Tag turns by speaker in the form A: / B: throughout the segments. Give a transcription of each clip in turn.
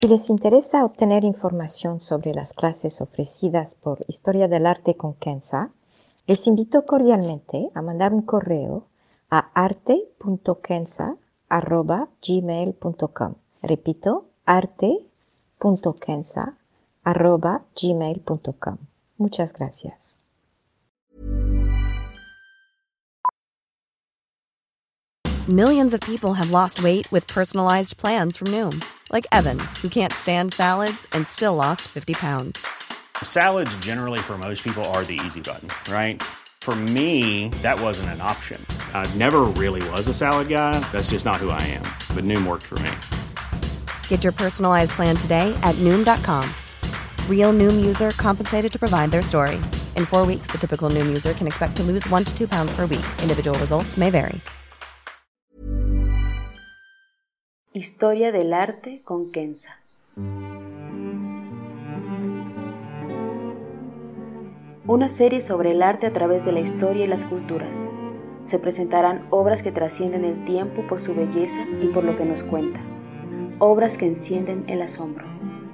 A: Si les interesa obtener información sobre las clases ofrecidas por Historia del Arte con Kenza, les invito cordialmente a mandar un correo a arte.kenza@gmail.com. Repito, arte.kenza@gmail.com. Muchas gracias.
B: Millions of people have lost weight with personalized plans from Noom, like Evan, who can't stand salads and still lost 50 pounds.
C: Salads generally for most people are the easy button, right? For me, that wasn't an option. I never really was a salad guy. That's just not who I am. But Noom worked for me.
B: Get your personalized plan today at Noom.com. Real Noom user compensated to provide their story. In 4 weeks, the typical Noom user can expect to lose 1 to 2 pounds per week. Individual results may vary.
D: Historia del Arte con Kenza. Una serie sobre el arte a través de la historia y las culturas. Se presentarán obras que trascienden el tiempo por su belleza y por lo que nos cuenta. Obras que encienden el asombro.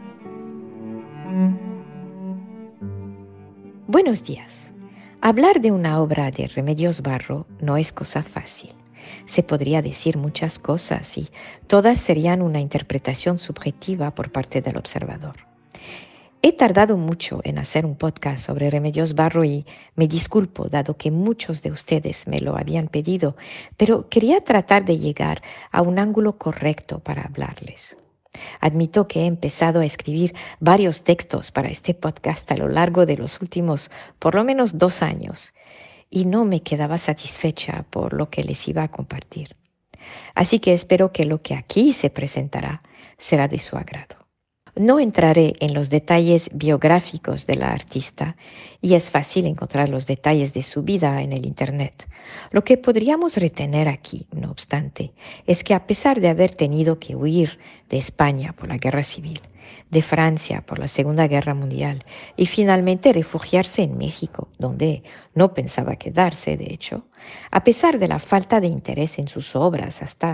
A: Buenos días. Hablar de una obra de Remedios Barro no es cosa fácil. Se podría decir muchas cosas y todas serían una interpretación subjetiva por parte del observador. He tardado mucho en hacer un podcast sobre Remedios Barro y me disculpo dado que muchos de ustedes me lo habían pedido, pero quería tratar de llegar a un ángulo correcto para hablarles. Admito que he empezado a escribir varios textos para este podcast a lo largo de los últimos por lo menos 2 años y no me quedaba satisfecha por lo que les iba a compartir. Así que espero que lo que aquí se presentará será de su agrado. No entraré en los detalles biográficos de la artista y es fácil encontrar los detalles de su vida en el Internet. Lo que podríamos retener aquí, no obstante, es que a pesar de haber tenido que huir de España por la Guerra Civil, de Francia por la Segunda Guerra Mundial y finalmente refugiarse en México, donde no pensaba quedarse, de hecho, a pesar de la falta de interés en sus obras hasta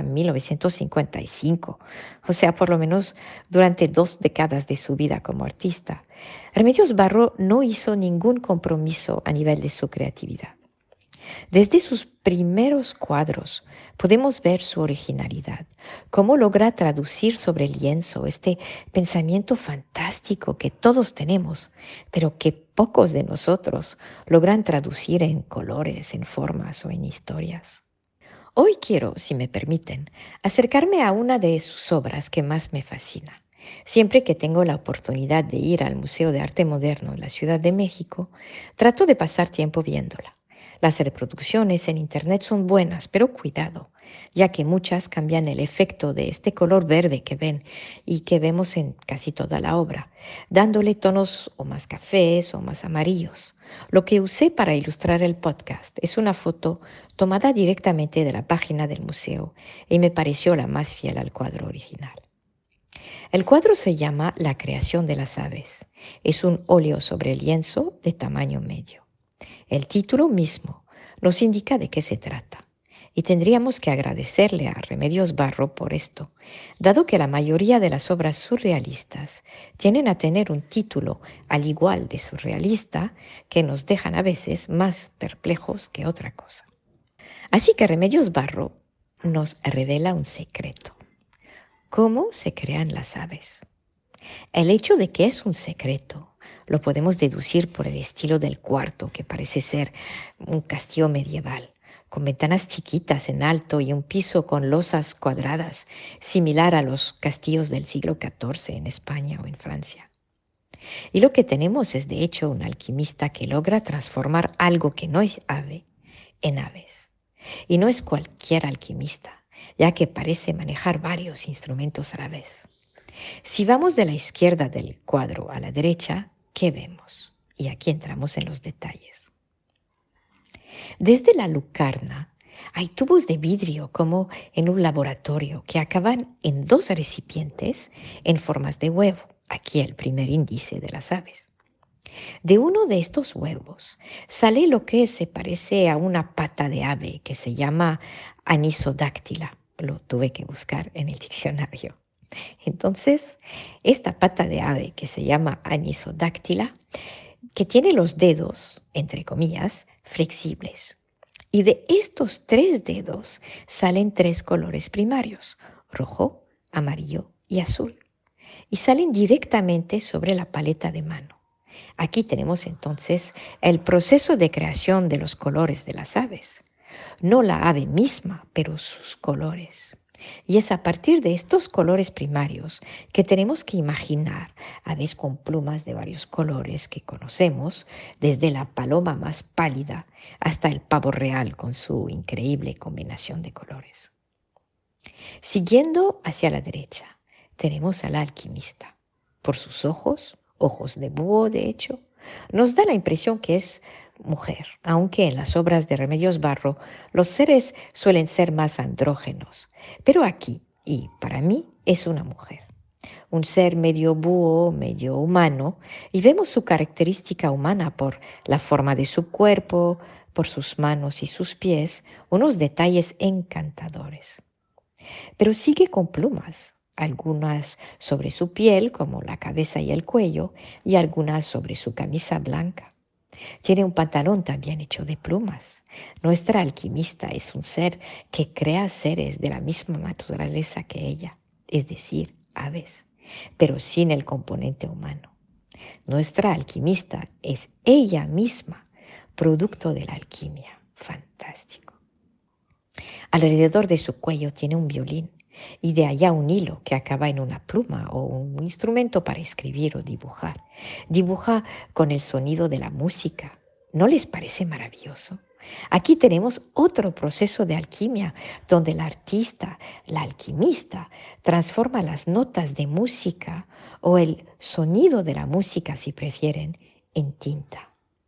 A: 1955, o sea, por lo menos durante 2 décadas de su vida como artista, Remedios Barro no hizo ningún compromiso a nivel de su creatividad. Desde sus primeros cuadros podemos ver su originalidad, cómo logra traducir sobre el lienzo este pensamiento fantástico que todos tenemos, pero que pocos de nosotros logran traducir en colores, en formas o en historias. Hoy quiero, si me permiten, acercarme a una de sus obras que más me fascina. Siempre que tengo la oportunidad de ir al Museo de Arte Moderno en la Ciudad de México, trato de pasar tiempo viéndola. Las reproducciones en Internet son buenas, pero cuidado, ya que muchas cambian el efecto de este color verde que ven y que vemos en casi toda la obra, dándole tonos o más cafés o más amarillos. Lo que usé para ilustrar el podcast es una foto tomada directamente de la página del museo y me pareció la más fiel al cuadro original. El cuadro se llama La creación de las aves. Es un óleo sobre lienzo de tamaño medio. El título mismo nos indica de qué se trata y tendríamos que agradecerle a Remedios Barro por esto, dado que la mayoría de las obras surrealistas tienden a tener un título al igual de surrealista que nos dejan a veces más perplejos que otra cosa. Así que Remedios Barro nos revela un secreto. ¿Cómo se crean las aves? El hecho de que es un secreto lo podemos deducir por el estilo del cuarto, que parece ser un castillo medieval, con ventanas chiquitas en alto y un piso con losas cuadradas, similar a los castillos del siglo XIV en España o en Francia. Y lo que tenemos es, de hecho, un alquimista que logra transformar algo que no es ave en aves. Y no es cualquier alquimista, ya que parece manejar varios instrumentos a la vez. Si vamos de la izquierda del cuadro a la derecha, ¿qué vemos? Y aquí entramos en los detalles. Desde la lucarna hay tubos de vidrio como en un laboratorio que acaban en 2 recipientes en formas de huevo. Aquí el primer índice de las aves. De uno de estos huevos sale lo que se parece a una pata de ave que se llama anisodáctila. Lo tuve que buscar en el diccionario. Entonces, esta pata de ave que se llama anisodáctila, que tiene los dedos, entre comillas, flexibles. Y de estos 3 dedos salen 3 colores primarios, rojo, amarillo y azul. Y salen directamente sobre la paleta de mano. Aquí tenemos entonces el proceso de creación de los colores de las aves. No la ave misma, pero sus colores. Y es a partir de estos colores primarios que tenemos que imaginar aves con plumas de varios colores que conocemos, desde la paloma más pálida hasta el pavo real con su increíble combinación de colores. Siguiendo hacia la derecha, tenemos al alquimista. Por sus ojos, ojos de búho de hecho, nos da la impresión que es mujer, aunque en las obras de Remedios Barro los seres suelen ser más andrógenos. Pero aquí, y para mí, es una mujer. Un ser medio búho, medio humano, y vemos su característica humana por la forma de su cuerpo, por sus manos y sus pies, unos detalles encantadores. Pero sigue con plumas, algunas sobre su piel, como la cabeza y el cuello, y algunas sobre su camisa blanca. Tiene un pantalón también hecho de plumas. Nuestra alquimista es un ser que crea seres de la misma naturaleza que ella, es decir, aves, pero sin el componente humano. Nuestra alquimista es ella misma, producto de la alquimia. Fantástico. Alrededor de su cuello tiene un violín y de allá un hilo que acaba en una pluma o un instrumento para escribir o dibujar. Dibuja con el sonido de la música. ¿No les parece maravilloso? Aquí tenemos otro proceso de alquimia donde el artista, la alquimista, transforma las notas de música o el sonido de la música, si prefieren, en tinta.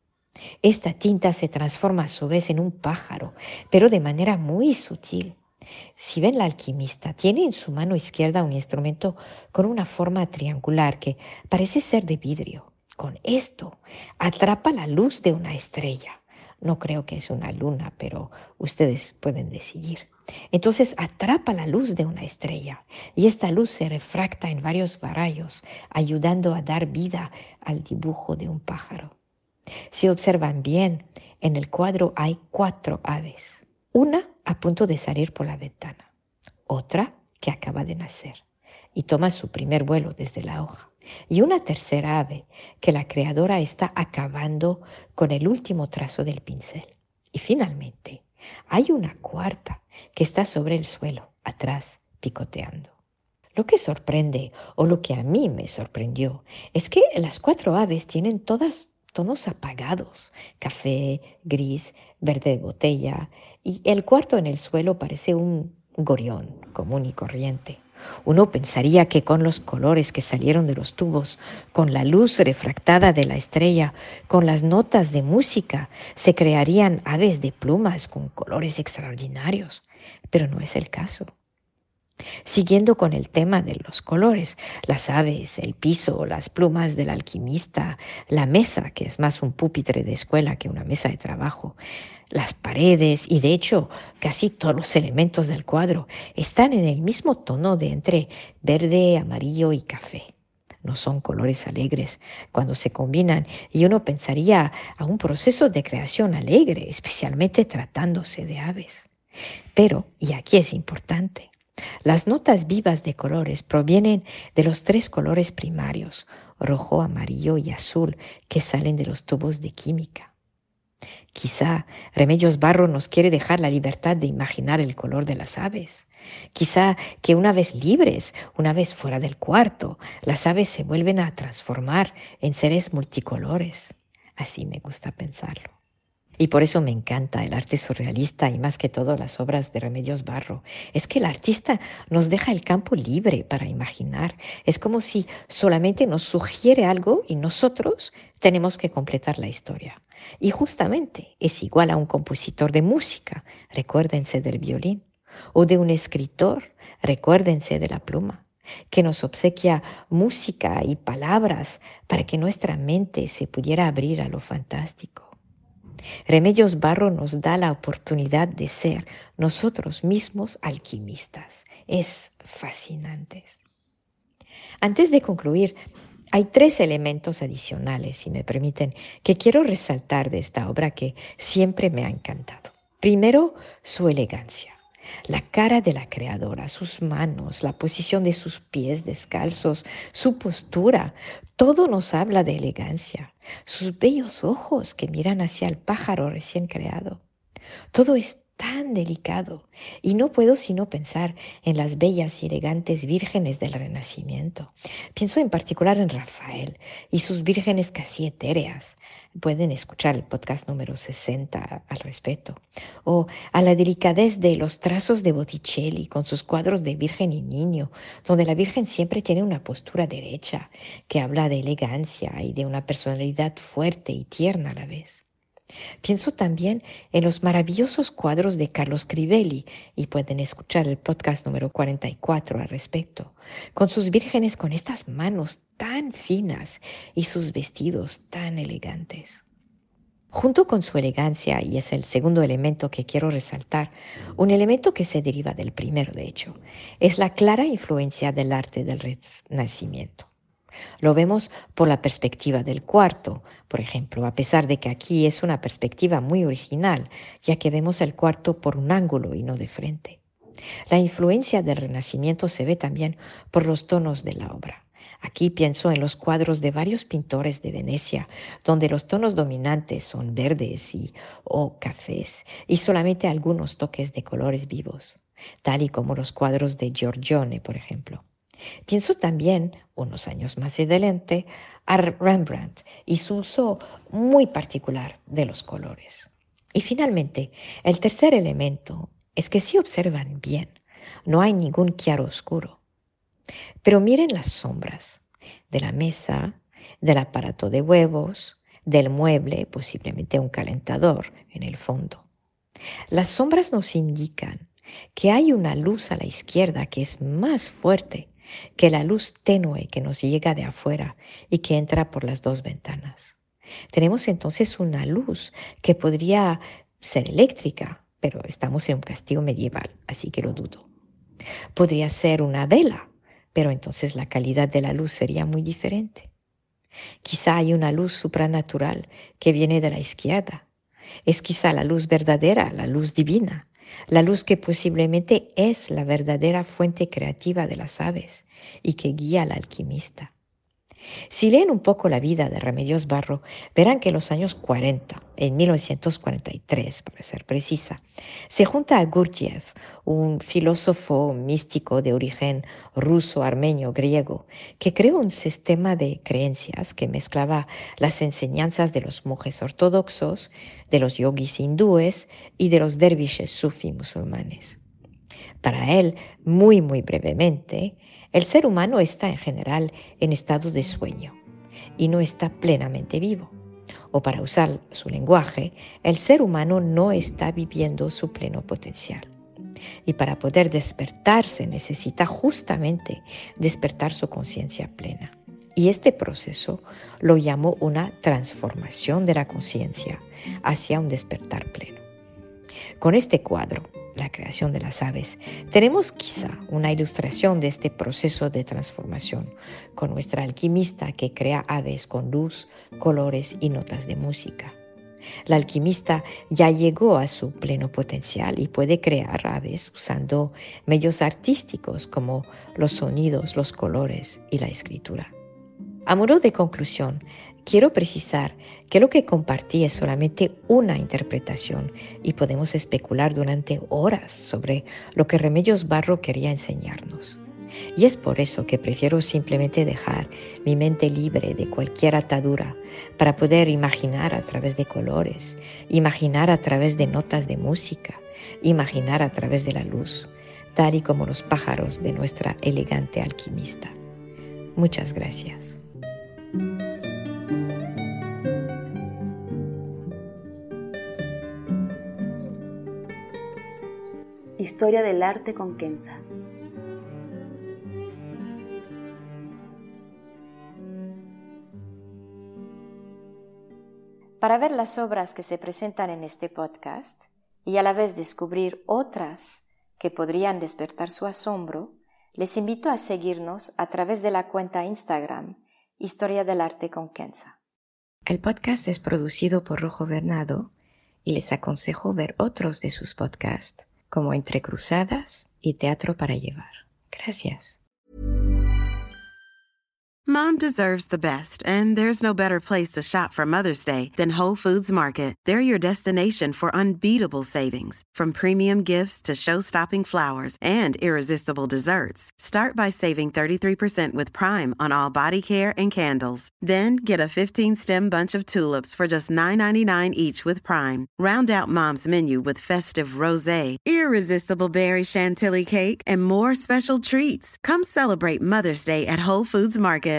A: Esta tinta se transforma a su vez en un pájaro, pero de manera muy sutil. Si ven la alquimista, tiene en su mano izquierda un instrumento con una forma triangular que parece ser de vidrio. Con esto atrapa la luz de una estrella. No creo que es una luna, pero ustedes pueden decidir. Entonces atrapa la luz de una estrella y esta luz se refracta en varios rayos, ayudando a dar vida al dibujo de un pájaro. Si observan bien, en el cuadro hay 4 aves. Una a punto de salir por la ventana, otra que acaba de nacer y toma su primer vuelo desde la hoja, y una tercera ave que la creadora está acabando con el último trazo del pincel. Y finalmente, hay una cuarta que está sobre el suelo, atrás, picoteando. Lo que sorprende, o lo que a mí me sorprendió, es que las 4 aves tienen todas tonos apagados, café, gris, verde de botella, y el cuarto en el suelo parece un gorrión común y corriente. Uno pensaría que con los colores que salieron de los tubos, con la luz refractada de la estrella, con las notas de música, se crearían aves de plumas con colores extraordinarios, pero no es el caso. Siguiendo con el tema de los colores, las aves, el piso, las plumas del alquimista, la mesa, que es más un pupitre de escuela que una mesa de trabajo, las paredes y de hecho casi todos los elementos del cuadro están en el mismo tono de entre verde, amarillo y café. No son colores alegres cuando se combinan y uno pensaría a un proceso de creación alegre, especialmente tratándose de aves. Pero, y aquí es importante, las notas vivas de colores provienen de los 3 colores primarios, rojo, amarillo y azul, que salen de los tubos de química. Quizá Remedios Barro nos quiere dejar la libertad de imaginar el color de las aves. Quizá que una vez libres, una vez fuera del cuarto, las aves se vuelven a transformar en seres multicolores. Así me gusta pensarlo. Y por eso me encanta el arte surrealista y más que todo las obras de Remedios Barro. Es que el artista nos deja el campo libre para imaginar. Es como si solamente nos sugiere algo y nosotros tenemos que completar la historia. Y justamente es igual a un compositor de música, recuérdense del violín, o de un escritor, recuérdense de la pluma, que nos obsequia música y palabras para que nuestra mente se pudiera abrir a lo fantástico. Remedios Barro nos da la oportunidad de ser nosotros mismos alquimistas. Es fascinante. Antes de concluir, hay 3 elementos adicionales, si me permiten, que quiero resaltar de esta obra que siempre me ha encantado. Primero, su elegancia. La cara de la creadora, sus manos, la posición de sus pies descalzos, su postura, todo nos habla de elegancia. Sus bellos ojos que miran hacia el pájaro recién creado. Todo es tan delicado y no puedo sino pensar en las bellas y elegantes vírgenes del Renacimiento. Pienso en particular en Rafael y sus vírgenes casi etéreas. Pueden escuchar el podcast número 60 al respecto. O a la delicadez de los trazos de Botticelli con sus cuadros de Virgen y Niño, donde la Virgen siempre tiene una postura derecha que habla de elegancia y de una personalidad fuerte y tierna a la vez. Pienso también en los maravillosos cuadros de Carlos Crivelli, y pueden escuchar el podcast número 44 al respecto, con sus vírgenes con estas manos tan finas y sus vestidos tan elegantes. Junto con su elegancia, y es el segundo elemento que quiero resaltar, un elemento que se deriva del primero de hecho, es la clara influencia del arte del Renacimiento. Lo vemos por la perspectiva del cuarto, por ejemplo, a pesar de que aquí es una perspectiva muy original, ya que vemos el cuarto por un ángulo y no de frente. La influencia del Renacimiento se ve también por los tonos de la obra. Aquí pienso en los cuadros de varios pintores de Venecia, donde los tonos dominantes son verdes o cafés, y solamente algunos toques de colores vivos, tal y como los cuadros de Giorgione, por ejemplo. Pienso también, unos años más adelante, a Rembrandt y su uso muy particular de los colores. Y finalmente, el tercer elemento es que si observan bien, no hay ningún claroscuro. Pero miren las sombras de la mesa, del aparato de huevos, del mueble, posiblemente un calentador en el fondo. Las sombras nos indican que hay una luz a la izquierda que es más fuerte que la luz tenue que nos llega de afuera y que entra por las 2 ventanas. Tenemos entonces una luz que podría ser eléctrica, pero estamos en un castillo medieval, así que lo dudo. Podría ser una vela, pero entonces la calidad de la luz sería muy diferente. Quizá hay una luz supranatural que viene de la izquierda. Es quizá la luz verdadera, la luz divina, la luz que posiblemente es la verdadera fuente creativa de las aves y que guía al alquimista. Si leen un poco la vida de Remedios Barro, verán que en los años 40, en 1943 para ser precisa, se junta a Gurdjieff, un filósofo místico de origen ruso, armenio, griego, que creó un sistema de creencias que mezclaba las enseñanzas de los monjes ortodoxos, de los yogis hindúes y de los dervishes sufí musulmanes. Para él, muy brevemente, el ser humano está en general en estado de sueño y no está plenamente vivo. O para usar su lenguaje, el ser humano no está viviendo su pleno potencial. Y para poder despertarse necesita justamente despertar su conciencia plena. Y este proceso lo llamó una transformación de la conciencia hacia un despertar pleno. Con este cuadro, La creación de las aves, tenemos quizá una ilustración de este proceso de transformación con nuestra alquimista que crea aves con luz, colores y notas de música. La alquimista ya llegó a su pleno potencial y puede crear aves usando medios artísticos como los sonidos, los colores y la escritura. A modo de conclusión, quiero precisar que lo que compartí es solamente una interpretación y podemos especular durante horas sobre lo que Remedios Barro quería enseñarnos. Y es por eso que prefiero simplemente dejar mi mente libre de cualquier atadura para poder imaginar a través de colores, imaginar a través de notas de música, imaginar a través de la luz, tal y como los pájaros de nuestra elegante alquimista. Muchas gracias.
D: Historia del arte con Kenza.
A: Para ver las obras que se presentan en este podcast y a la vez descubrir otras que podrían despertar su asombro, Les invito a seguirnos a través de la cuenta Instagram Historia del Arte con Kenza. El podcast es producido por Rojo Bernardo y les aconsejo ver otros de sus podcasts, como Entre Cruzadas y Teatro para Llevar. Gracias.
E: Mom deserves the best, and there's no better place to shop for Mother's Day than Whole Foods Market. They're your destination for unbeatable savings, from premium gifts to show-stopping flowers and irresistible desserts. Start by saving 33% with Prime on all body care and candles. Then get a 15-stem bunch of tulips for just $9.99 each with Prime. Round out Mom's menu with festive rosé, irresistible berry chantilly cake, and more special treats. Come celebrate Mother's Day at Whole Foods Market.